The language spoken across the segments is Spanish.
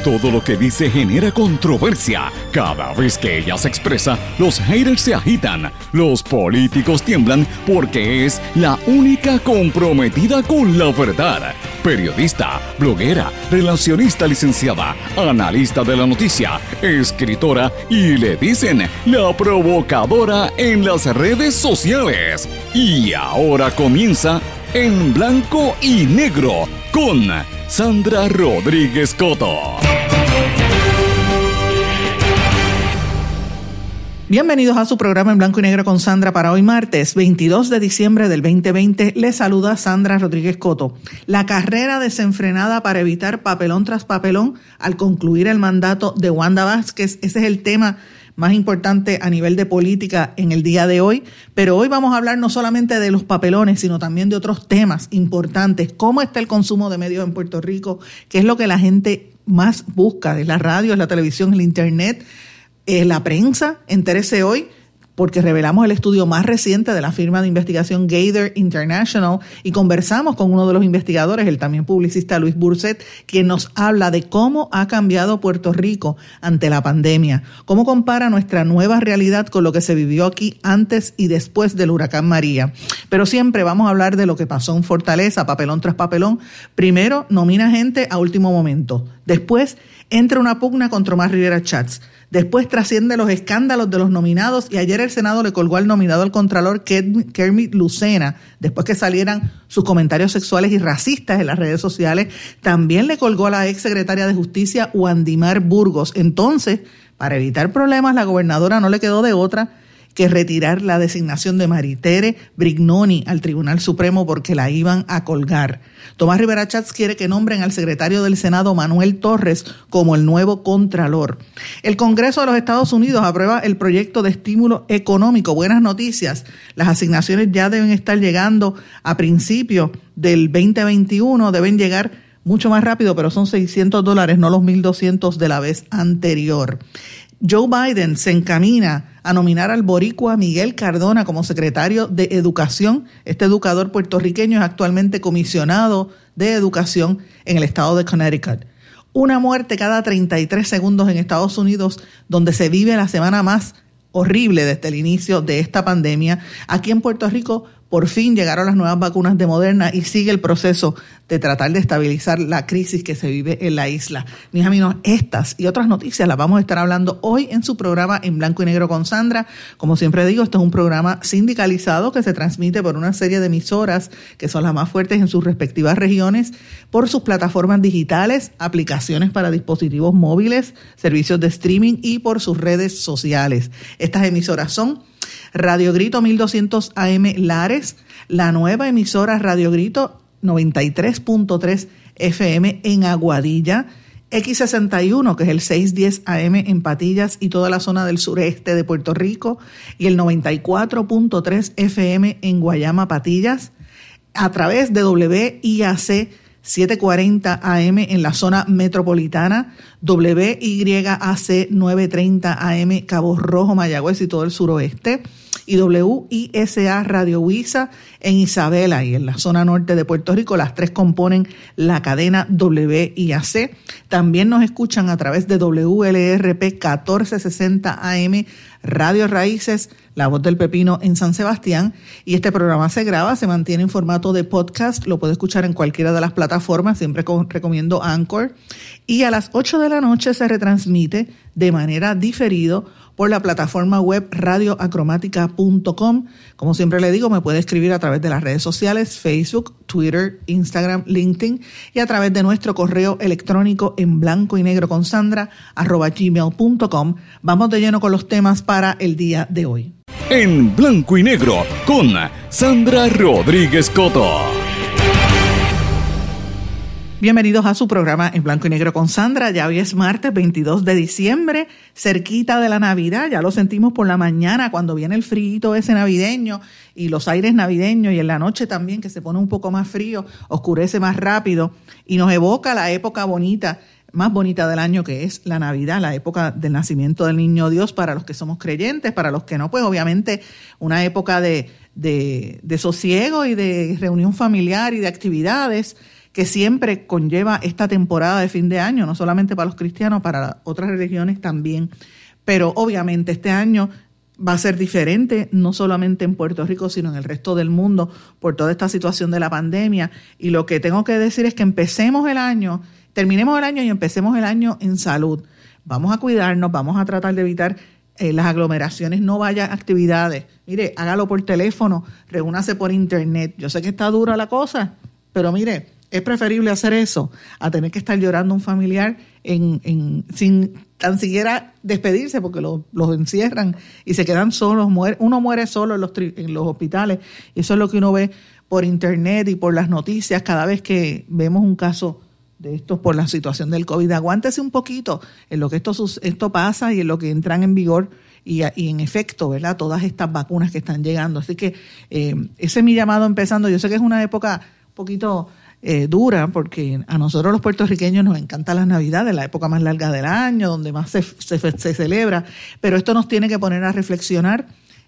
Todo lo que dice genera controversia. Cada vez que ella se expresa, los haters se agitan. Los políticos tiemblan porque es la única comprometida con la verdad. Periodista, bloguera, relacionista licenciada, analista de la noticia, escritora y le dicen la provocadora en las redes sociales. Y ahora comienza En Blanco y Negro con Sandra Rodríguez Coto. Bienvenidos a su programa En Blanco y Negro con Sandra para hoy martes 22 de diciembre del 2020. Les saluda Sandra Rodríguez Coto. La carrera desenfrenada para evitar papelón tras papelón al concluir el mandato de Wanda Vázquez. Ese es el tema más importante a nivel de política en el día de hoy. Pero hoy vamos a hablar no solamente de los papelones, sino también de otros temas importantes. ¿Cómo está el consumo de medios en Puerto Rico? ¿Qué es lo que la gente más busca? ¿Es la radio, es la televisión, el internet? La prensa? Entérese hoy porque revelamos el estudio más reciente de la firma de investigación Gather International y conversamos con uno de los investigadores, el también publicista Luis Burset, quien nos habla de cómo ha cambiado Puerto Rico ante la pandemia, cómo compara nuestra nueva realidad con lo que se vivió aquí antes y después del huracán María. Pero siempre vamos a hablar de lo que pasó en Fortaleza, papelón tras papelón. Primero, nomina gente a último momento. Después, entra una pugna contra Omar Rivera Schatz. Después trasciende los escándalos de los nominados y ayer el Senado le colgó al nominado al contralor Kermit Lucena, después que salieran sus comentarios sexuales y racistas en las redes sociales. También le colgó a la ex secretaria de Justicia, Wandimar Burgos. Entonces, para evitar problemas, la gobernadora no le quedó de otra que retirar la designación de Maritere Brignoni al Tribunal Supremo porque la iban a colgar. Tomás Rivera Schatz quiere que nombren al secretario del Senado, Manuel Torres, como el nuevo contralor. El Congreso de los Estados Unidos aprueba el proyecto de estímulo económico. Buenas noticias. Las asignaciones ya deben estar llegando a principios del 2021. Deben llegar mucho más rápido, pero son $600, no los $1,200 de la vez anterior. Joe Biden se encamina a nominar al boricua Miguel Cardona como secretario de Educación. Este educador puertorriqueño es actualmente comisionado de Educación en el estado de Connecticut. Una muerte cada 33 segundos en Estados Unidos, donde se vive la semana más horrible desde el inicio de esta pandemia. Aquí en Puerto Rico, por fin llegaron las nuevas vacunas de Moderna y sigue el proceso de tratar de estabilizar la crisis que se vive en la isla. Mis amigos, estas y otras noticias las vamos a estar hablando hoy en su programa En Blanco y Negro con Sandra. Como siempre digo, este es un programa sindicalizado que se transmite por una serie de emisoras que son las más fuertes en sus respectivas regiones, por sus plataformas digitales, aplicaciones para dispositivos móviles, servicios de streaming y por sus redes sociales. Estas emisoras son Radio Grito 1200 AM Lares, la nueva emisora Radio Grito 93.3 FM en Aguadilla, X61, que es el 610 AM en Patillas y toda la zona del sureste de Puerto Rico, y el 94.3 FM en Guayama, Patillas, a través de WIAC 740 AM en la zona metropolitana, WYAC 930 AM Cabo Rojo, Mayagüez y todo el suroeste, y WISA Radio Huiza en Isabela y en la zona norte de Puerto Rico. Las tres componen la cadena WIAC. También nos escuchan a través de WLRP 1460 AM Radio Raíces, La Voz del Pepino en San Sebastián, y este programa se graba, se mantiene en formato de podcast, lo puede escuchar en cualquiera de las plataformas, siempre recomiendo Anchor, y a las 8 de la noche se retransmite de manera diferido por la plataforma web radioacromática.com. Como siempre le digo, me puede escribir a través de las redes sociales, Facebook, Twitter, Instagram, LinkedIn, y a través de nuestro correo electrónico en blanco y negro con Sandra @gmail.com. Vamos de lleno con los temas para el día de hoy. En Blanco y Negro con Sandra Rodríguez Coto. Bienvenidos a su programa En Blanco y Negro con Sandra. Ya hoy es martes 22 de diciembre, cerquita de la Navidad. Ya lo sentimos por la mañana cuando viene el frío ese navideño y los aires navideños, y en la noche también, que se pone un poco más frío, oscurece más rápido y nos evoca la época bonita, más bonita del año, que es la Navidad, la época del nacimiento del Niño Dios para los que somos creyentes. Para los que no, pues obviamente una época de sosiego y de reunión familiar y de actividades que siempre conlleva esta temporada de fin de año, no solamente para los cristianos, para otras religiones también. Pero obviamente este año va a ser diferente, no solamente en Puerto Rico, sino en el resto del mundo, por toda esta situación de la pandemia. Y lo que tengo que decir es que terminemos el año y empecemos el año en salud. Vamos a cuidarnos, vamos a tratar de evitar las aglomeraciones, no vaya a actividades. Mire, hágalo por teléfono, reúnase por internet. Yo sé que está dura la cosa, pero mire, es preferible hacer eso a tener que estar llorando a un familiar sin tan siquiera despedirse, porque los encierran y se quedan solos. Uno muere solo en los hospitales. Y eso es lo que uno ve por internet y por las noticias cada vez que vemos un caso de estos por la situación del COVID. Aguántese un poquito en lo que esto pasa y en lo que entran en vigor y en efecto, ¿verdad? Todas estas vacunas que están llegando. Así que ese es mi llamado empezando. Yo sé que es una época un poquito dura, porque a nosotros los puertorriqueños nos encanta las Navidades, la época más larga del año, donde más se celebra, pero esto nos tiene que poner a reflexionar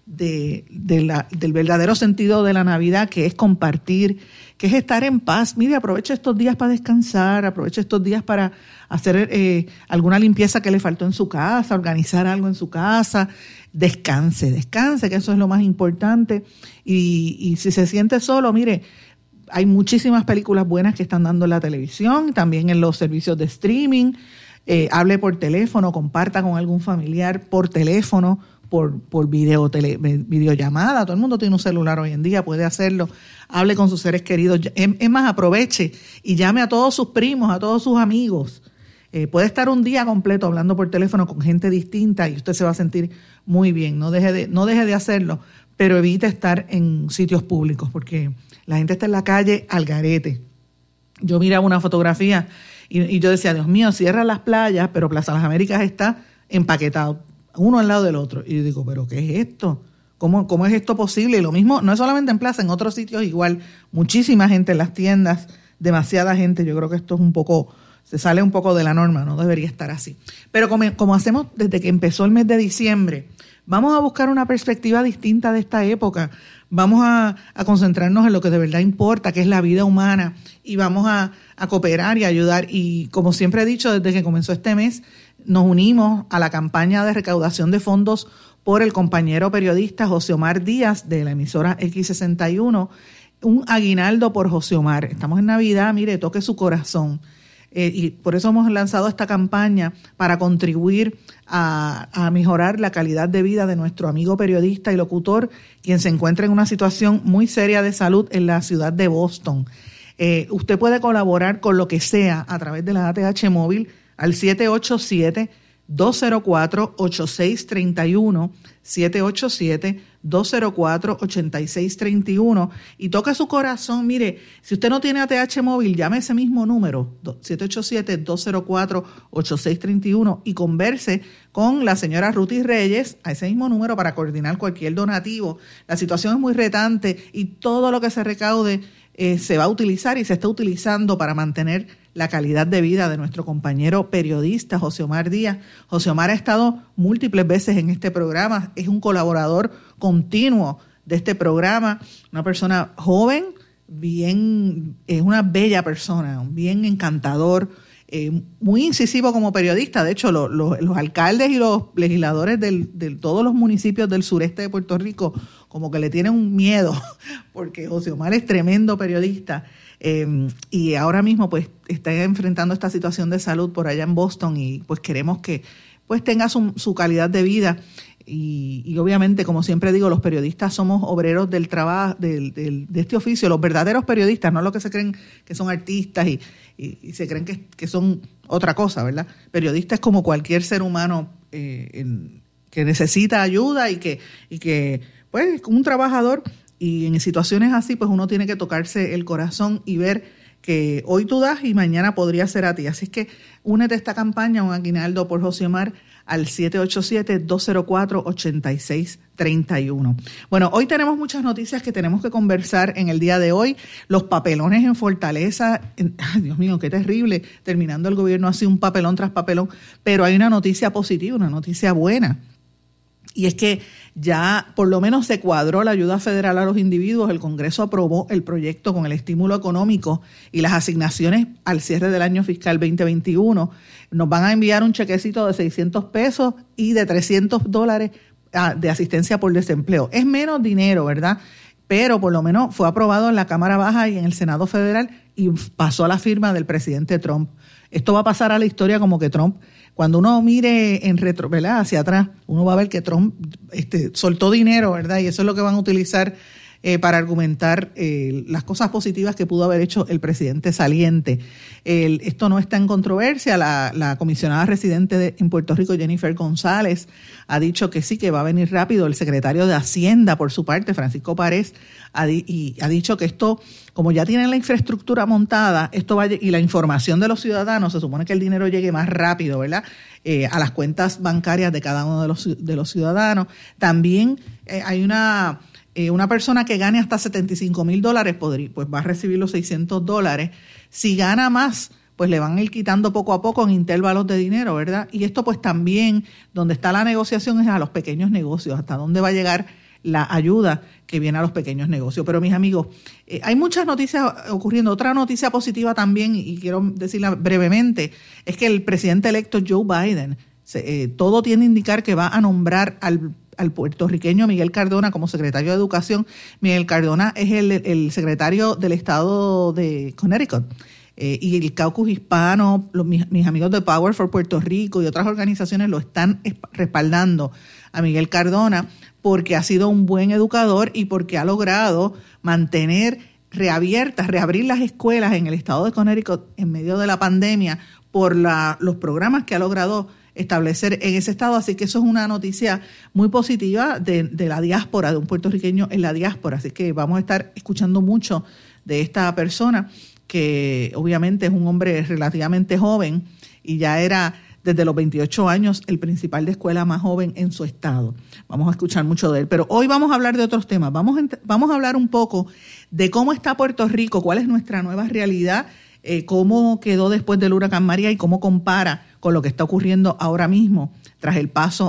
del verdadero sentido de la Navidad, que es compartir, que es estar en paz. Mire, aproveche estos días para descansar, aproveche estos días para hacer alguna limpieza que le faltó en su casa, organizar algo en su casa. Descanse, que eso es lo más importante. Y si se siente solo, mire, hay muchísimas películas buenas que están dando en la televisión, también en los servicios de streaming. Hable por teléfono, comparta con algún familiar por teléfono, por videollamada. Todo el mundo tiene un celular hoy en día, puede hacerlo. Hable con sus seres queridos. Es más, aproveche y llame a todos sus primos, a todos sus amigos. Puede estar un día completo hablando por teléfono con gente distinta y usted se va a sentir muy bien. No deje de hacerlo, pero evite estar en sitios públicos, porque la gente está en la calle al garete. Yo miraba una fotografía y yo decía, Dios mío, cierran las playas, pero Plaza Las Américas está empaquetado, uno al lado del otro. Y yo digo, ¿pero qué es esto? ¿Cómo es esto posible? Y lo mismo, no es solamente en Plaza, en otros sitios igual. Muchísima gente en las tiendas, demasiada gente. Yo creo que esto es se sale un poco de la norma, no debería estar así. Pero como hacemos desde que empezó el mes de diciembre, vamos a buscar una perspectiva distinta de esta época. Vamos a concentrarnos en lo que de verdad importa, que es la vida humana, y vamos a cooperar y ayudar. Y como siempre he dicho, desde que comenzó este mes, nos unimos a la campaña de recaudación de fondos por el compañero periodista José Omar Díaz de la emisora X61, un aguinaldo por José Omar. Estamos en Navidad, mire, toque su corazón. Y por eso hemos lanzado esta campaña para contribuir a mejorar la calidad de vida de nuestro amigo periodista y locutor, quien se encuentra en una situación muy seria de salud en la ciudad de Boston. Usted puede colaborar con lo que sea a través de la ATH móvil al 787-204-8631, 787-204-8631, y toca su corazón. Mire, si usted no tiene ATH móvil, llame ese mismo número, 787-204-8631, y converse con la señora Ruthie Reyes a ese mismo número para coordinar cualquier donativo. La situación es muy retante y todo lo que se recaude se va a utilizar y se está utilizando para mantener la calidad de vida de nuestro compañero periodista José Omar Díaz. José Omar ha estado múltiples veces en este programa, es un colaborador continuo de este programa, una persona joven, es una bella persona, bien encantador, muy incisivo como periodista. De hecho, los alcaldes y los legisladores de todos los municipios del sureste de Puerto Rico como que le tienen un miedo, porque José Omar es tremendo periodista, y ahora mismo pues está enfrentando esta situación de salud por allá en Boston, y pues queremos que pues tenga su calidad de vida. Y obviamente, como siempre digo, los periodistas somos obreros del trabajo, de este oficio, los verdaderos periodistas, no los que se creen que son artistas y se creen que son otra cosa, ¿verdad? Periodistas como cualquier ser humano que necesita ayuda y que pues como un trabajador, y en situaciones así pues uno tiene que tocarse el corazón y ver que hoy tú das y mañana podría ser a ti. Así es que únete a esta campaña, un aguinaldo por José Omar, al 787-204-8631. Bueno, hoy tenemos muchas noticias que tenemos que conversar en el día de hoy. Los papelones en Fortaleza, ay, Dios mío, qué terrible, terminando el gobierno así un papelón tras papelón, pero hay una noticia positiva, una noticia buena. Y es que ya por lo menos se cuadró la ayuda federal a los individuos, el Congreso aprobó el proyecto con el estímulo económico y las asignaciones al cierre del año fiscal 2021. Nos van a enviar un chequecito de $600 y de $300 de asistencia por desempleo. Es menos dinero, ¿verdad? Pero por lo menos fue aprobado en la Cámara Baja y en el Senado Federal y pasó a la firma del presidente Trump. Esto va a pasar a la historia como que Trump, cuando uno mire en retro, ¿verdad?, hacia atrás, uno va a ver que Trump soltó dinero, ¿verdad? Y eso es lo que van a utilizar para argumentar las cosas positivas que pudo haber hecho el presidente saliente. Esto no está en controversia. La comisionada residente en Puerto Rico, Jennifer González, ha dicho que sí, que va a venir rápido. El secretario de Hacienda, por su parte, Francisco Párez, ha dicho que esto, como ya tienen la infraestructura montada, esto va y la información de los ciudadanos, se supone que el dinero llegue más rápido, ¿verdad?, a las cuentas bancarias de cada uno de los ciudadanos. También hay una persona que gane hasta $75,000 pues va a recibir los $600. Si gana más, pues le van a ir quitando poco a poco en intervalos de dinero, ¿verdad? Y esto pues también, donde está la negociación es a los pequeños negocios, hasta dónde va a llegar la ayuda que viene a los pequeños negocios. Pero mis amigos, hay muchas noticias ocurriendo. Otra noticia positiva también, y quiero decirla brevemente, es que el presidente electo Joe Biden, todo tiende a indicar que va a nombrar al puertorriqueño Miguel Cardona como secretario de Educación. Miguel Cardona es el secretario del estado de Connecticut. Y el caucus hispano, mis amigos de Power for Puerto Rico y otras organizaciones lo están respaldando a Miguel Cardona porque ha sido un buen educador y porque ha logrado mantener reabrir las escuelas en el estado de Connecticut en medio de la pandemia por los programas que ha logrado establecer en ese estado. Así que eso es una noticia muy positiva de la diáspora, de un puertorriqueño en la diáspora. Así que vamos a estar escuchando mucho de esta persona, que obviamente es un hombre relativamente joven y ya era desde los 28 años el principal de escuela más joven en su estado. Vamos a escuchar mucho de él. Pero hoy vamos a hablar de otros temas. Vamos a hablar un poco de cómo está Puerto Rico, cuál es nuestra nueva realidad, cómo quedó después del huracán María y cómo compara con lo que está ocurriendo ahora mismo tras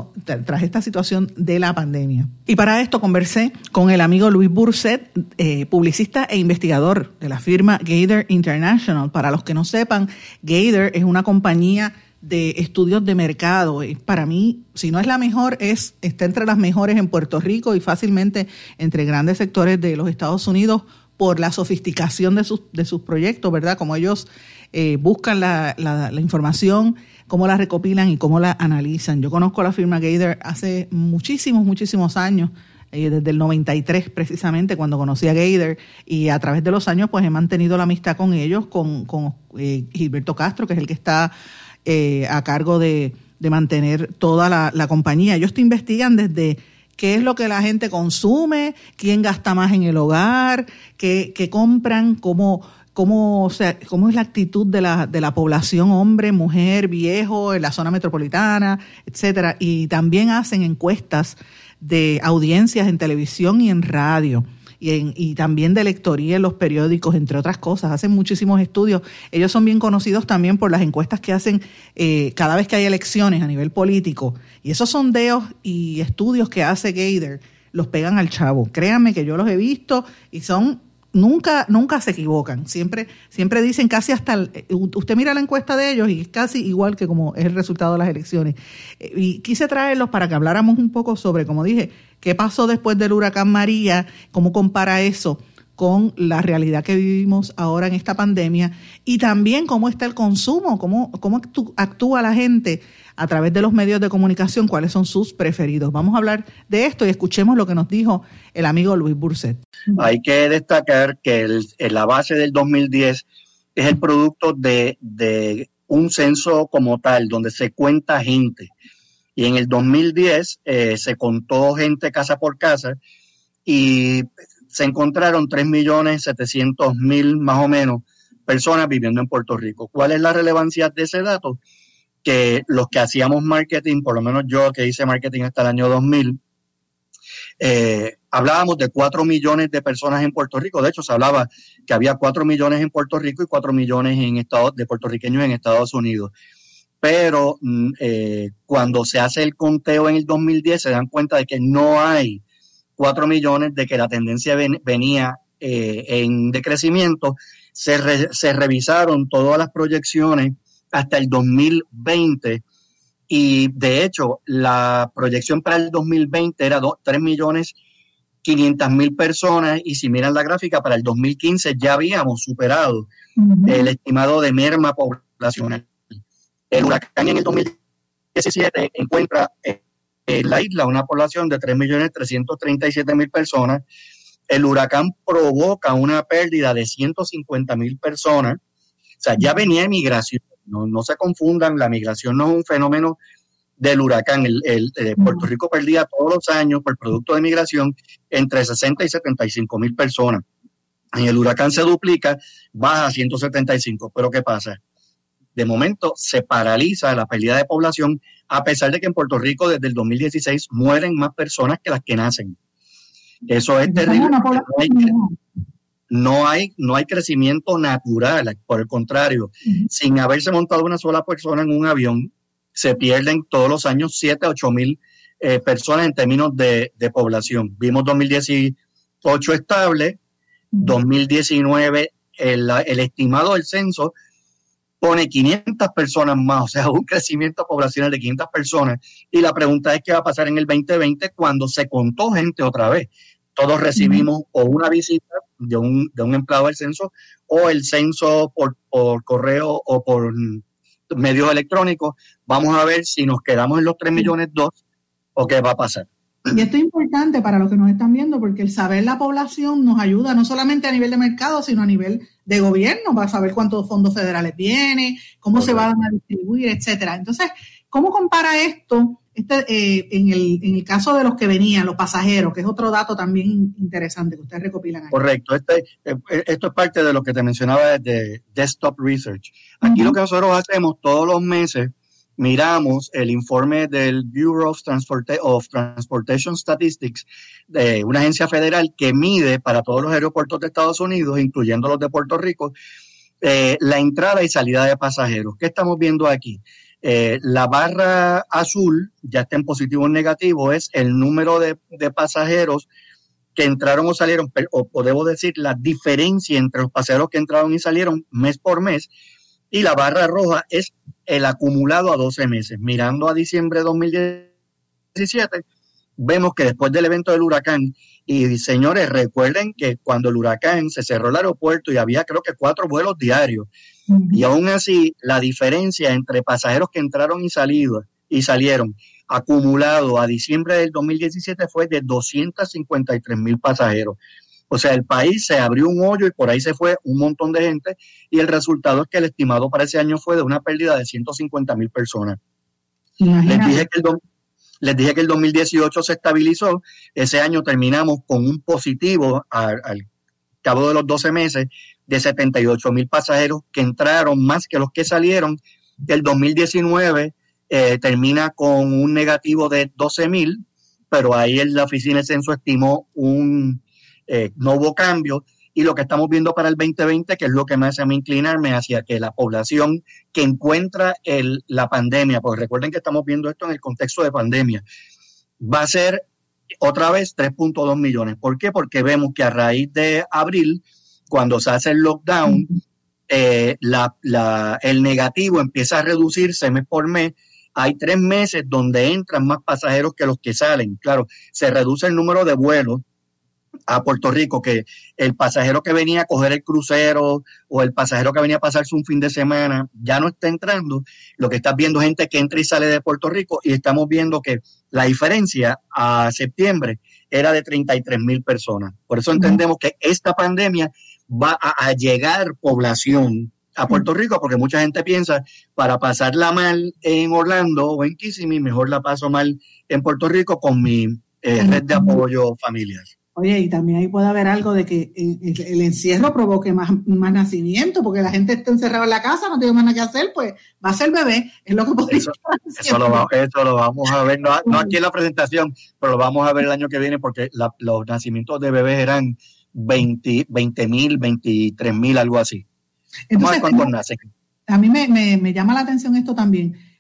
esta situación de la pandemia. Y para esto conversé con el amigo Luis Burset, publicista e investigador de la firma Gaither International. Para los que no sepan, Gaither es una compañía de estudios de mercado. Para mí, si no es la mejor, está entre las mejores en Puerto Rico y fácilmente entre grandes sectores de los Estados Unidos por la sofisticación de sus proyectos, ¿verdad? Como ellos buscan la información, cómo la recopilan y cómo la analizan. Yo conozco la firma Gaither hace muchísimos años, desde el 93 precisamente, cuando conocí a Gaither, y a través de los años pues he mantenido la amistad con ellos, con Gilberto Castro, que es el que está a cargo de mantener toda la compañía. Ellos te investigan desde qué es lo que la gente consume, quién gasta más en el hogar, qué compran, cómo es la actitud de la población, hombre, mujer, viejo, en la zona metropolitana, etcétera. Y también hacen encuestas de audiencias en televisión y en radio. Y también de lectoría en los periódicos, entre otras cosas. Hacen muchísimos estudios. Ellos son bien conocidos también por las encuestas que hacen cada vez que hay elecciones a nivel político. Y esos sondeos y estudios que hace Gaither los pegan al chavo. Créanme que yo los he visto y nunca se equivocan. Siempre dicen casi usted mira la encuesta de ellos y es casi igual que como es el resultado de las elecciones. Y quise traerlos para que habláramos un poco sobre, como dije, qué pasó después del huracán María, cómo compara eso con la realidad que vivimos ahora en esta pandemia y también cómo está el consumo, cómo actúa la gente a través de los medios de comunicación, cuáles son sus preferidos. Vamos a hablar de esto y escuchemos lo que nos dijo el amigo Luis Burset. Hay que destacar que la base del 2010 es el producto de un censo como tal, donde se cuenta gente. Y en el 2010 se contó gente casa por casa y se encontraron 3.700.000 más o menos personas viviendo en Puerto Rico. ¿Cuál es la relevancia de ese dato? Que los que hacíamos marketing, por lo menos yo que hice marketing hasta el año 2000, hablábamos de 4 millones de personas en Puerto Rico. De hecho, se hablaba que había 4 millones en Puerto Rico y 4 millones de puertorriqueños en Estados Unidos. pero cuando se hace el conteo en el 2010 se dan cuenta de que no hay 4 millones, de que la tendencia venía en decrecimiento. Se revisaron todas las proyecciones hasta el 2020 y de hecho la proyección para el 2020 era 3.500.000 personas y si miran la gráfica para el 2015 ya habíamos superado el estimado de merma poblacional. El huracán en el 2017 encuentra en la isla una población de 3.337.000 personas. El huracán provoca una pérdida de 150.000 personas. O sea, ya venía migración. No se confundan, la migración no es un fenómeno del huracán. Puerto Rico perdía todos los años por producto de migración entre 60 y 75.000 personas. En el huracán se duplica, baja a 175. Pero ¿qué pasa? De momento se paraliza la pérdida de población, a pesar de que en Puerto Rico desde el 2016 mueren más personas que las que nacen. Eso es terrible. No hay crecimiento natural, por el contrario, sin haberse montado una sola persona en un avión, se pierden todos los años 7 a 8 mil personas en términos de población. Vimos 2018 estable, 2019 el estimado del censo pone 500 personas más, o sea, un crecimiento poblacional de 500 personas. Y la pregunta es qué va a pasar en el 2020 cuando se contó gente otra vez. Todos recibimos o una visita de un empleado del censo o el censo por correo o por medios electrónicos. Vamos a ver si nos quedamos en los 3 millones 2 o qué va a pasar. Y esto es importante para los que nos están viendo porque el saber la población nos ayuda no solamente a nivel de mercado, sino a nivel de gobierno para saber cuántos fondos federales vienen, cómo se van a distribuir, etcétera. Entonces, ¿cómo compara esto en el caso de los que venían, los pasajeros, que es otro dato también interesante que ustedes recopilan ahí? Correcto. Esto es parte de lo que te mencionaba de Desktop Research. Aquí lo que nosotros hacemos todos los meses, miramos el informe del Bureau of Transportation Statistics, de una agencia federal que mide para todos los aeropuertos de Estados Unidos, incluyendo los de Puerto Rico, la entrada y salida de pasajeros. ¿Qué estamos viendo aquí? La barra azul, ya está en positivo o en negativo, es el número de pasajeros que entraron o salieron, o debo decir, la diferencia entre los pasajeros que entraron y salieron mes por mes. Y la barra roja es el acumulado a 12 meses. Mirando a diciembre de 2017, vemos que después del evento del huracán, y señores, recuerden que cuando el huracán se cerró el aeropuerto y había creo que 4 vuelos diarios, y aún así la diferencia entre pasajeros que entraron y salieron acumulado a diciembre del 2017 fue de 253,000 pasajeros. O sea, el país se abrió un hoyo y por ahí se fue un montón de gente y el resultado es que el estimado para ese año fue de una pérdida de 150,000 personas. Les dije que el 2018 se estabilizó. Ese año terminamos con un positivo al cabo de los 12 meses de 78,000 pasajeros que entraron más que los que salieron. El 2019 termina con un negativo de 12,000, pero ahí la oficina de censo estimó no hubo cambio, y lo que estamos viendo para el 2020, que es lo que me hace a mí inclinarme hacia que la población que encuentra la pandemia, porque recuerden que estamos viendo esto en el contexto de pandemia, va a ser otra vez 3.2 millones. ¿Por qué? Porque vemos que a raíz de abril, cuando se hace el lockdown, el negativo empieza a reducirse mes por mes. Hay 3 meses donde entran más pasajeros que los que salen. Claro, se reduce el número de vuelos a Puerto Rico, que el pasajero que venía a coger el crucero o el pasajero que venía a pasarse un fin de semana ya no está entrando. Lo que estás viendo es gente que entra y sale de Puerto Rico, y estamos viendo que la diferencia a septiembre era de 33,000 personas. Por eso entendemos que esta pandemia va a llegar población a Puerto Rico, porque mucha gente piensa, para pasarla mal en Orlando o en Kissimmee, mejor la paso mal en Puerto Rico con mi red de apoyo familiar. Oye, y también ahí puede haber algo de que el encierro provoque más nacimiento, porque la gente está encerrada en la casa, no tiene más nada que hacer, pues va a ser bebé, es lo que podría eso lo vamos a ver, no aquí en la presentación, pero lo vamos a ver el año que viene, porque los nacimientos de bebés eran 20,000, 23,000, algo así. Entonces, vamos a ver cuántos nacen. A mí me llama la atención esto también.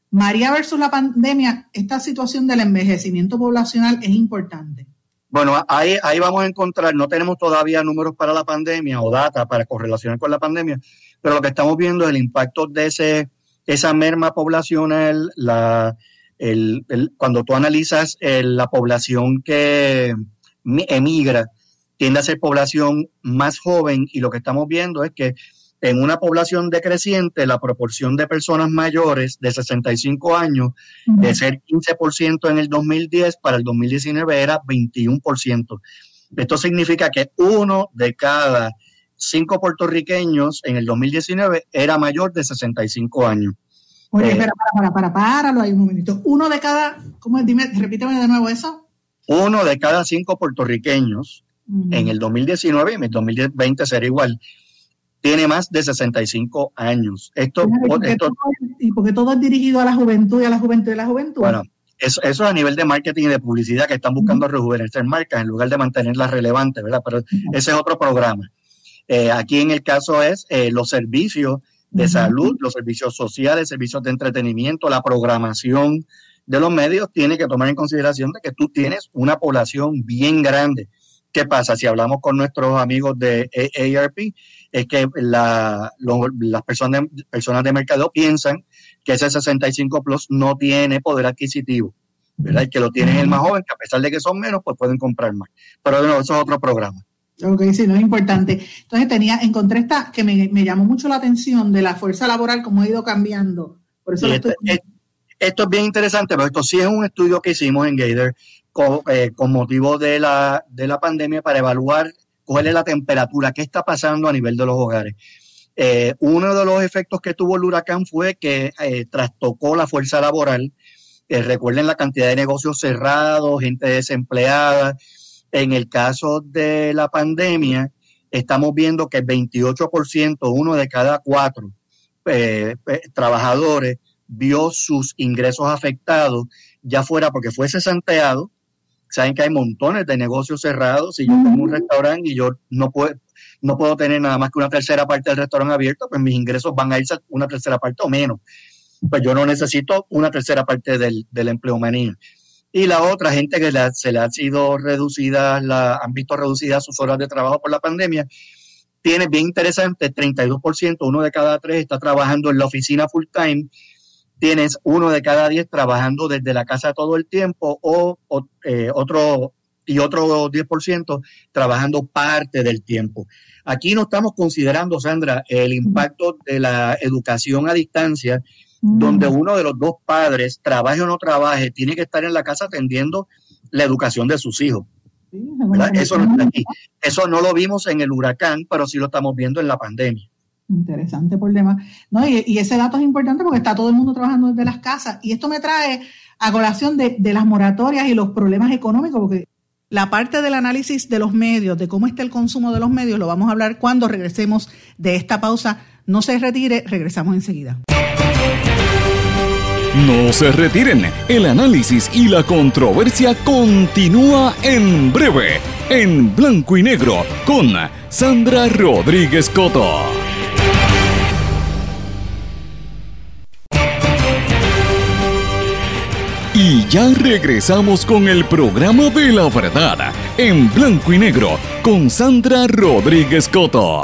María versus la pandemia, esta situación del envejecimiento poblacional es importante. Bueno, ahí vamos a encontrar, no tenemos todavía números para la pandemia o data para correlacionar con la pandemia, pero lo que estamos viendo es el impacto de esa merma poblacional, cuando tú analizas la población que emigra, tiende a ser población más joven, y lo que estamos viendo es que en una población decreciente, la proporción de personas mayores de 65 años, de ser 15% en el 2010, para el 2019 era 21%. Esto significa que 1 de cada 5 puertorriqueños en el 2019 era mayor de 65 años. Oye, páralo ahí un momentito. 1 de cada, ¿cómo es? Dime, repíteme de nuevo eso. 1 de cada 5 puertorriqueños en el 2019, y en el 2020 será igual, tiene más de 65 años. ¿Y por qué todo es dirigido a la juventud y a la juventud y a la juventud? Bueno, eso es a nivel de marketing y de publicidad, que están buscando rejuvenecer marcas en lugar de mantenerlas relevantes, ¿verdad? Pero ese es otro programa. Aquí en el caso es los servicios de salud, los servicios sociales, servicios de entretenimiento, la programación de los medios tiene que tomar en consideración de que tú tienes una población bien grande. ¿Qué pasa? Si hablamos con nuestros amigos de AARP, es que las personas de mercadeo piensan que ese 65 plus no tiene poder adquisitivo, ¿verdad? Y que lo tienen el más joven, que a pesar de que son menos, pues pueden comprar más. Pero bueno, eso es otro programa. Ok, sí, no es importante. Entonces encontré esta que me llamó mucho la atención de la fuerza laboral, cómo ha ido cambiando. Por eso esto es bien interesante, pero esto sí es un estudio que hicimos en Gator con motivo de la pandemia, para evaluar cuál es la temperatura, qué está pasando a nivel de los hogares. Uno de los efectos que tuvo el huracán fue que trastocó la fuerza laboral. Recuerden la cantidad de negocios cerrados, gente desempleada. En el caso de la pandemia, estamos viendo que el 28%, 1 de cada 4 trabajadores, vio sus ingresos afectados, ya fuera porque fue cesanteado. Saben que hay montones de negocios cerrados. Si yo tengo un restaurante y yo no puedo tener nada más que una tercera parte del restaurante abierto, pues mis ingresos van a irse a una tercera parte o menos. Pues yo no necesito una tercera parte del empleomanía. Y la otra, gente que se le ha sido reducida, han visto reducidas sus horas de trabajo por la pandemia, tiene bien interesante, 32%, 1 de cada 3 está trabajando en la oficina full time. Tienes 1 de cada 10 trabajando desde la casa todo el tiempo, otro 10% trabajando parte del tiempo. Aquí no estamos considerando, Sandra, el impacto de la educación a distancia, donde uno de los dos padres, trabaje o no trabaje, tiene que estar en la casa atendiendo la educación de sus hijos. ¿Verdad? Eso no está aquí. Eso no lo vimos en el huracán, pero sí lo estamos viendo en la pandemia. Interesante por demás. No, y ese dato es importante porque está todo el mundo trabajando desde las casas. Y esto me trae a colación de las moratorias y los problemas económicos, porque la parte del análisis de los medios, de cómo está el consumo de los medios, lo vamos a hablar cuando regresemos de esta pausa. No se retire, regresamos enseguida. No se retiren, el análisis y la controversia continúa en breve, en Blanco y Negro, con Sandra Rodríguez Coto. Y ya regresamos con el programa de la verdad, en Blanco y Negro, con Sandra Rodríguez Coto.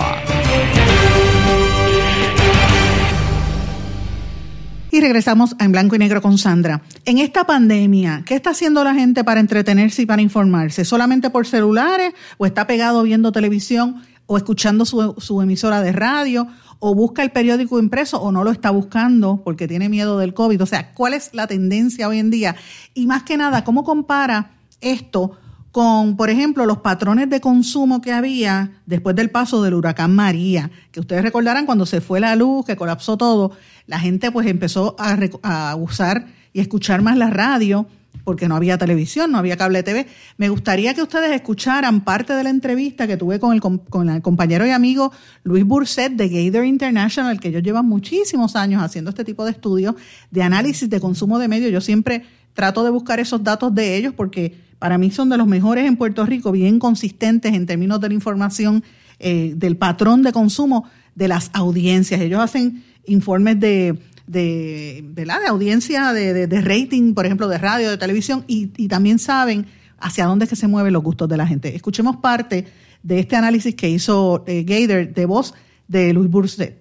Y regresamos a En Blanco y Negro con Sandra. En esta pandemia, ¿qué está haciendo la gente para entretenerse y para informarse? ¿Solamente por celulares? ¿O está pegado viendo televisión? ¿O escuchando su emisora de radio? ¿O busca el periódico impreso? ¿O no lo está buscando porque tiene miedo del COVID? O sea, ¿cuál es la tendencia hoy en día? Y más que nada, ¿cómo compara esto con, por ejemplo, los patrones de consumo que había después del paso del huracán María? Que ustedes recordarán cuando se fue la luz, que colapsó todo, la gente pues empezó a usar y escuchar más la radio porque no había televisión, no había cable TV. Me gustaría que ustedes escucharan parte de la entrevista que tuve con el compañero y amigo Luis Burset de Gator International, que ellos llevan muchísimos años haciendo este tipo de estudios de análisis de consumo de medios. Yo siempre trato de buscar esos datos de ellos porque para mí son de los mejores en Puerto Rico, bien consistentes en términos de la información del patrón de consumo de las audiencias. Ellos hacen informes de de audiencia, de rating, por ejemplo, de radio, de televisión, y también saben hacia dónde es que se mueven los gustos de la gente. Escuchemos parte de este análisis que hizo Gaither de voz de Luis Burset.